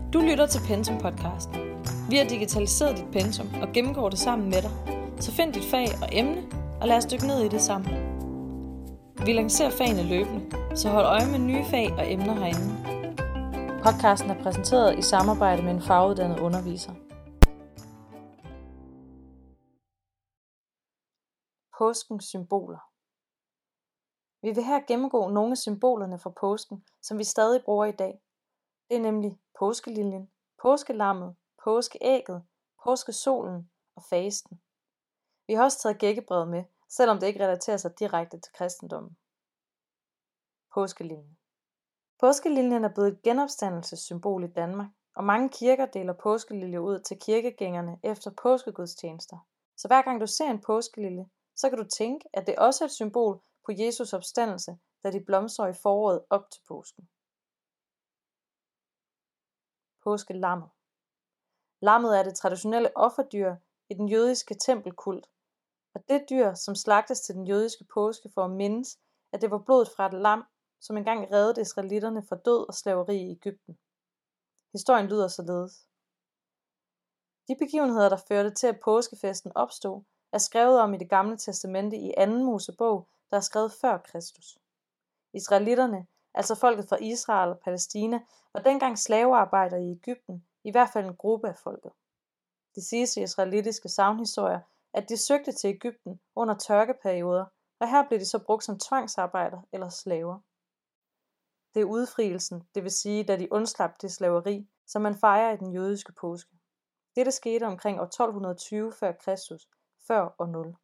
Du lytter til Pensum Podcast. Vi har digitaliseret dit pensum og gennemgår det sammen med dig. Så find dit fag og emne, og lad os dykke ned i det sammen. Vi lancerer fagene løbende, så hold øje med nye fag og emner herinde. Podcasten er præsenteret i samarbejde med en faguddannet underviser. Påskens symboler. Vi vil her gennemgå nogle af symbolerne fra påsken, som vi stadig bruger i dag. Det er nemlig påskeliljen, påskelammet, påskeægget, påskesolen og fasten. Vi har også taget gækkebrevet med, selvom det ikke relaterer sig direkte til kristendommen. Påskeliljen. Påskeliljen er blevet et genopstandelsessymbol i Danmark, og mange kirker deler påskelilje ud til kirkegængerne efter påskegudstjenester. Så hver gang du ser en påskelilje, så kan du tænke, at det også er et symbol på Jesus opstandelse, da de blomstrer i foråret op til påsken. Påskelammet. Lammet er det traditionelle offerdyr i den jødiske tempelkult, og det dyr, som slagtes til den jødiske påske for at mindes, at det var blodet fra et lam, som engang reddede israelitterne fra død og slaveri i Egypten. Historien lyder således. De begivenheder, der førte til, at påskefesten opstod, er skrevet om i Det Gamle Testamente i 2. Mosebog, der er skrevet før Kristus. Israelitterne, altså folket fra Israel og Palæstina, var dengang slavearbejdere i Egypten, i hvert fald en gruppe af folket. Det siges i israelitiske sagnhistorier, at de søgte til Egypten under tørkeperioder, og her blev de så brugt som tvangsarbejder eller slaver. Det er udfrielsen, det vil sige, da de undslap det slaveri, som man fejrer i den jødiske påske. Dette skete omkring år 1220 før Kristus, før år 0.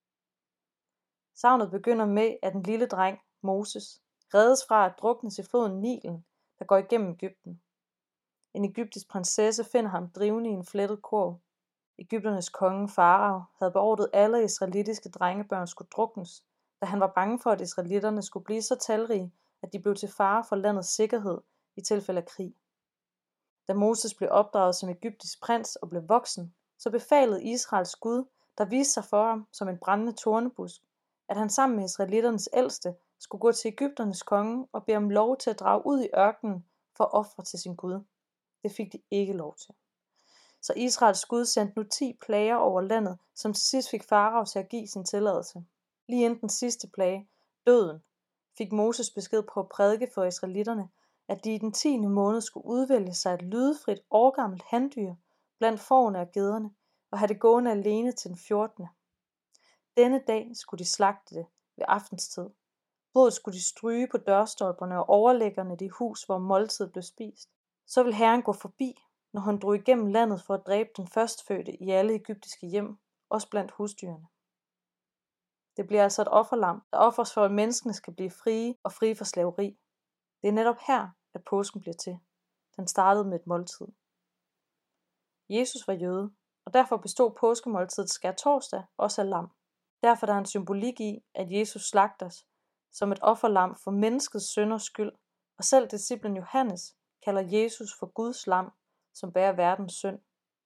Sagnet begynder med, at en lille dreng, Moses, reddes fra at druknes i floden Nilen, der går igennem Egypten. En egyptisk prinsesse finder ham drivende i en flettet kurv. Egypternes konge Farao havde beordret alle israelitiske drengebørn skulle druknes, da han var bange for, at israelitterne skulle blive så talrige, at de blev til fare for landets sikkerhed i tilfælde af krig. Da Moses blev opdraget som egyptisk prins og blev voksen, så befalede Israels Gud, der viste sig for ham som en brændende tornebusk, at han sammen med israelitternes ældste skulle gå til egypternes konge og bede om lov til at drage ud i ørkenen for at ofre til sin Gud. Det fik de ikke lov til. Så Israels Gud sendte nu 10 plager over landet, som til sidst fik Farao til at give sin tilladelse. Lige inden den sidste plage, døden, fik Moses besked på at prædike for israelitterne, at de i den 10. måned skulle udvælge sig et lydefrit årgammelt handyr blandt fårene og gederne, og have det gående alene til den 14. Denne dag skulle de slagte det ved aftenstid. Blodet skulle de stryge på dørstolperne og overlæggerne i det hus, hvor måltidet blev spist. Så vil Herren gå forbi, når han drog igennem landet for at dræbe den førstfødte i alle egyptiske hjem, også blandt husdyrene. Det bliver altså et offerlam, der offres for, at menneskene skal blive frie og frie for slaveri. Det er netop her, at påsken bliver til. Den startede med et måltid. Jesus var jøde, og derfor bestod påskemåltidet skærtorsdag også af lam. Derfor er der en symbolik i, at Jesus slagtes som et offerlam for menneskets synders skyld, og selv disciplen Johannes kalder Jesus for Guds lam, som bærer verdens synd.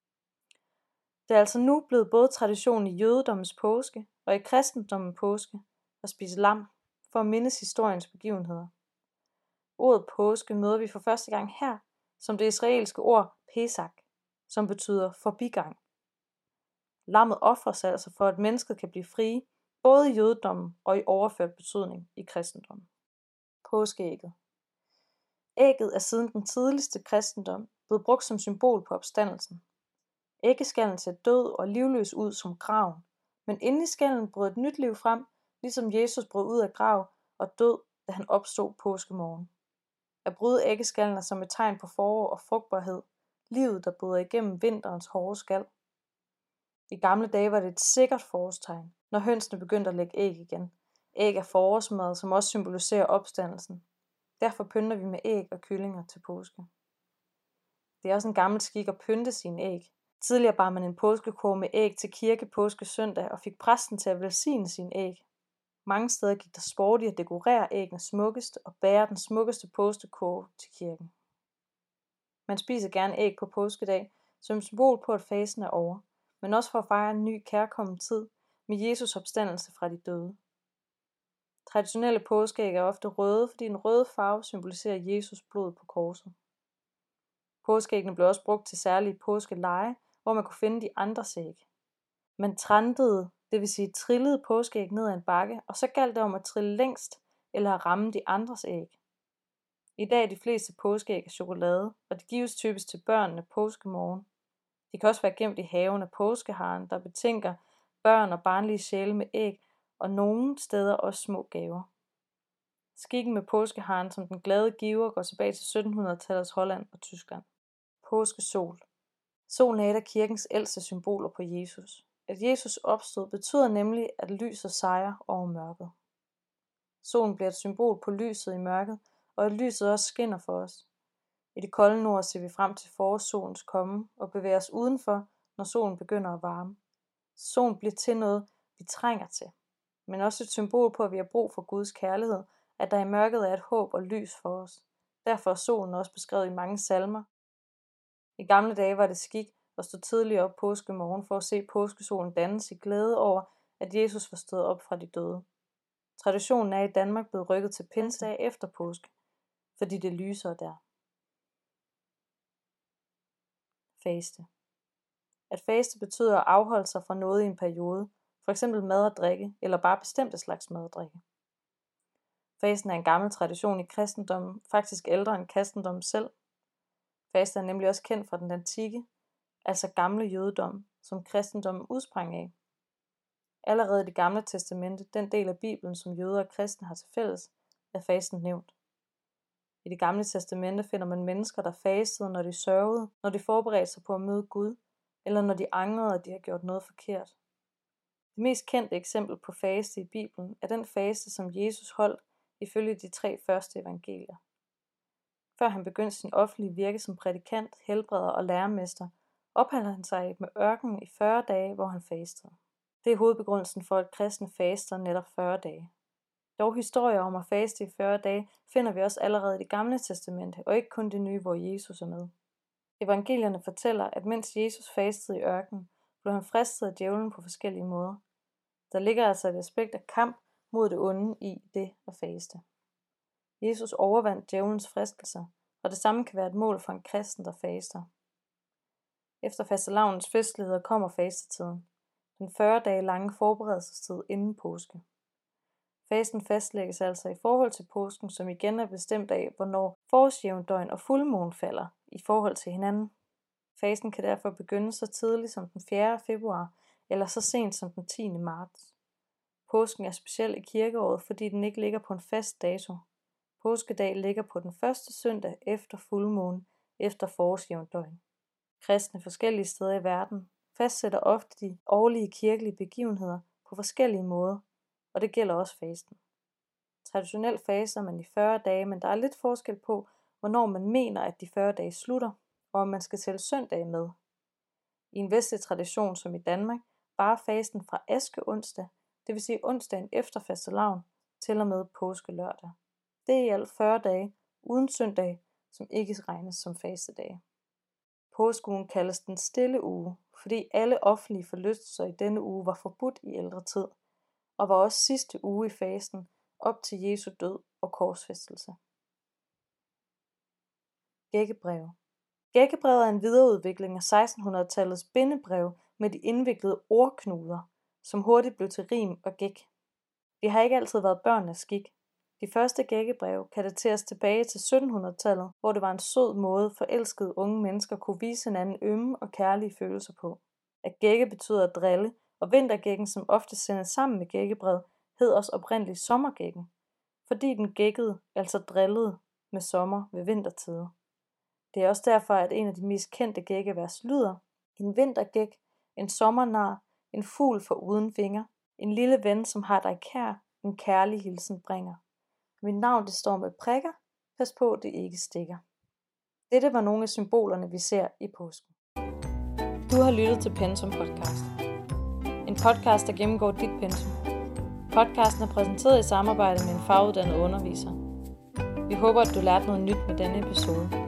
Det er altså nu blevet både tradition i jødedommens påske og i kristendommen påske at spise lam for at mindes historiens begivenheder. Ordet påske møder vi for første gang her som det israelske ord Pesach, som betyder forbigang. Lammet ofres altså for, at mennesket kan blive frie, både i jødedommen og i overført betydning i kristendommen. Påskeægget. Ægget er siden den tidligste kristendom blevet brugt som symbol på opstandelsen. Æggeskallen ser død og livløs ud som graven, men inde i skallen brød et nyt liv frem, ligesom Jesus brød ud af grav og død, da han opstod påskemorgen. At bryde æggeskallen er som et tegn på forår og frugtbarhed, livet der bryder igennem vinterens hårde skal. I gamle dage var det et sikkert forårstegn, når hønsene begyndte at lægge æg igen. Æg er forårsmad, som også symboliserer opstandelsen. Derfor pynter vi med æg og kyllinger til påske. Det er også en gammel skik at pynte sine æg. Tidligere bar man en påskekurv med æg til kirke påskesøndag og fik præsten til at velsigne sine æg. Mange steder gik der sport i at dekorere æggene smukkest og bære den smukkeste påskekurv til kirken. Man spiser gerne æg på påskedag som symbol på, at fasten er over, men også for at fejre en ny kærkommen tid med Jesus opstandelse fra de døde. Traditionelle påskeæg er ofte røde, fordi den røde farve symboliserer Jesus blod på korset. Påskeæggene blev også brugt til særlige påskelege, hvor man kunne finde de andres æg. Man trantede, det vil sige trillede påskeæg ned ad en bakke, og så galt det om at trille længst eller at ramme de andres æg. I dag er de fleste påskeæg af chokolade, og de gives typisk til børnene påskemorgen. De kan også være gemt i haven af påskeharen, der betænker børn og barnlige sjæle med æg, og nogle steder også små gaver. Skikken med påskeharen som den glade giver går tilbage til 1700-tallets Holland og Tyskland. Påskesol. Solen er et af kirkens ældste symboler på Jesus. At Jesus opstod betyder nemlig, at lyset sejrer over mørket. Solen bliver et symbol på lyset i mørket, og at lyset også skinner for os. I det kolde nord ser vi frem til forårssolens komme og bevæger os udenfor, når solen begynder at varme. Solen bliver til noget, vi trænger til, men også et symbol på, at vi har brug for Guds kærlighed, at der i mørket er et håb og lys for os. Derfor er solen også beskrevet i mange salmer. I gamle dage var det skik at stå tidligt op påskemorgen for at se påskesolen dannes i glæde over, at Jesus var stået op fra de døde. Traditionen er i Danmark blevet rykket til pinsedag efter påske, fordi det lyser der. Faste. At faste betyder at afholde sig fra noget i en periode, f.eks. mad og drikke, eller bare bestemte slags mad og drikke. Fasten er en gammel tradition i kristendommen, faktisk ældre end kristendommen selv. Faste er nemlig også kendt fra den antikke, altså gamle jødedom, som kristendommen udsprang af. Allerede i det gamle testamente, den del af Bibelen, som jøder og kristne har til fælles, er fasten nævnt. I det gamle testamente finder man mennesker, der fastede, når de sørgede, når de forberedte sig på at møde Gud, eller når de angrede, at de har gjort noget forkert. Det mest kendte eksempel på faste i Bibelen er den faste, som Jesus holdt ifølge de 3 første evangelier. Før han begyndte sin offentlige virke som prædikant, helbreder og lærermester, opholdt han sig med ørkenen i 40 dage, hvor han fastede. Det er hovedbegrundelsen for, at kristne faster netop 40 dage. Dog historier om at faste i 40 dage finder vi også allerede i det gamle testamente, og ikke kun det nye, hvor Jesus er med. Evangelierne fortæller, at mens Jesus fastede i ørkenen, blev han fristet af djævlen på forskellige måder. Der ligger altså et aspekt af kamp mod det onde i det at faste. Jesus overvandt djævelens fristelser, og det samme kan være et mål for en kristen, der faster. Efter fastelavnens festligheder kommer fastetiden, den 40 dage lange forberedelsestid inden påske. Fasten fastlægges altså i forhold til påsken, som igen er bestemt af, hvornår forårsjævndøgn og fuldmåne falder i forhold til hinanden. Fasten kan derfor begynde så tidligt som den 4. februar, eller så sent som den 10. marts. Påsken er speciel i kirkeåret, fordi den ikke ligger på en fast dato. Påskedag ligger på den første søndag efter fuldmåne efter forårsjævndøgn. Kristne forskellige steder i verden fastsætter ofte de årlige kirkelige begivenheder på forskellige måder, og det gælder også fasten. Traditionelt faster man i 40 dage, men der er lidt forskel på, hvornår man mener, at de 40 dage slutter, og om man skal tælle søndag med. I en vestlig tradition som i Danmark, varer fasten fra askeonsdag, det vil sige onsdagen efter fastelavn, til og med påskelørdag. Det er i alt 40 dage, uden søndag, som ikke regnes som fastedage. Påskeugen kaldes den stille uge, fordi alle offentlige forlystelser i denne uge var forbudt i ældre tid, og var også sidste uge i fasten op til Jesu død og korsfæstelse. Gækkebrev. Gækkebrevet er en videreudvikling af 1600-tallets bindebrev med de indviklede ordknuder, som hurtigt blev til rim og gæk. Det har ikke altid været børnenes skik. De første gækkebrev kan dateres tilbage til 1700-tallet, hvor det var en sød måde forelskede unge mennesker kunne vise hinanden ømme og kærlige følelser på. At gække betyder at drille, og vintergækken, som ofte sendes sammen med gækkebrev, hed også oprindeligt sommergækken, fordi den gækkede, altså drillede, med sommer ved vintertide. Det er også derfor, at en af de mest kendte gækkevers lyder: en vintergæk, en sommernar, en fugl for uden vinger, en lille ven, som har dig kær, en kærlig hilsen bringer. Mit navn det står med prikker, pas på det ikke stikker. Dette var nogle af symbolerne, vi ser i påsken. Du har lyttet til Pensum Podcast. En podcast, der gennemgår dit pensum. Podcasten er præsenteret i samarbejde med en faguddannet underviser. Vi håber, at du lærte noget nyt med denne episode.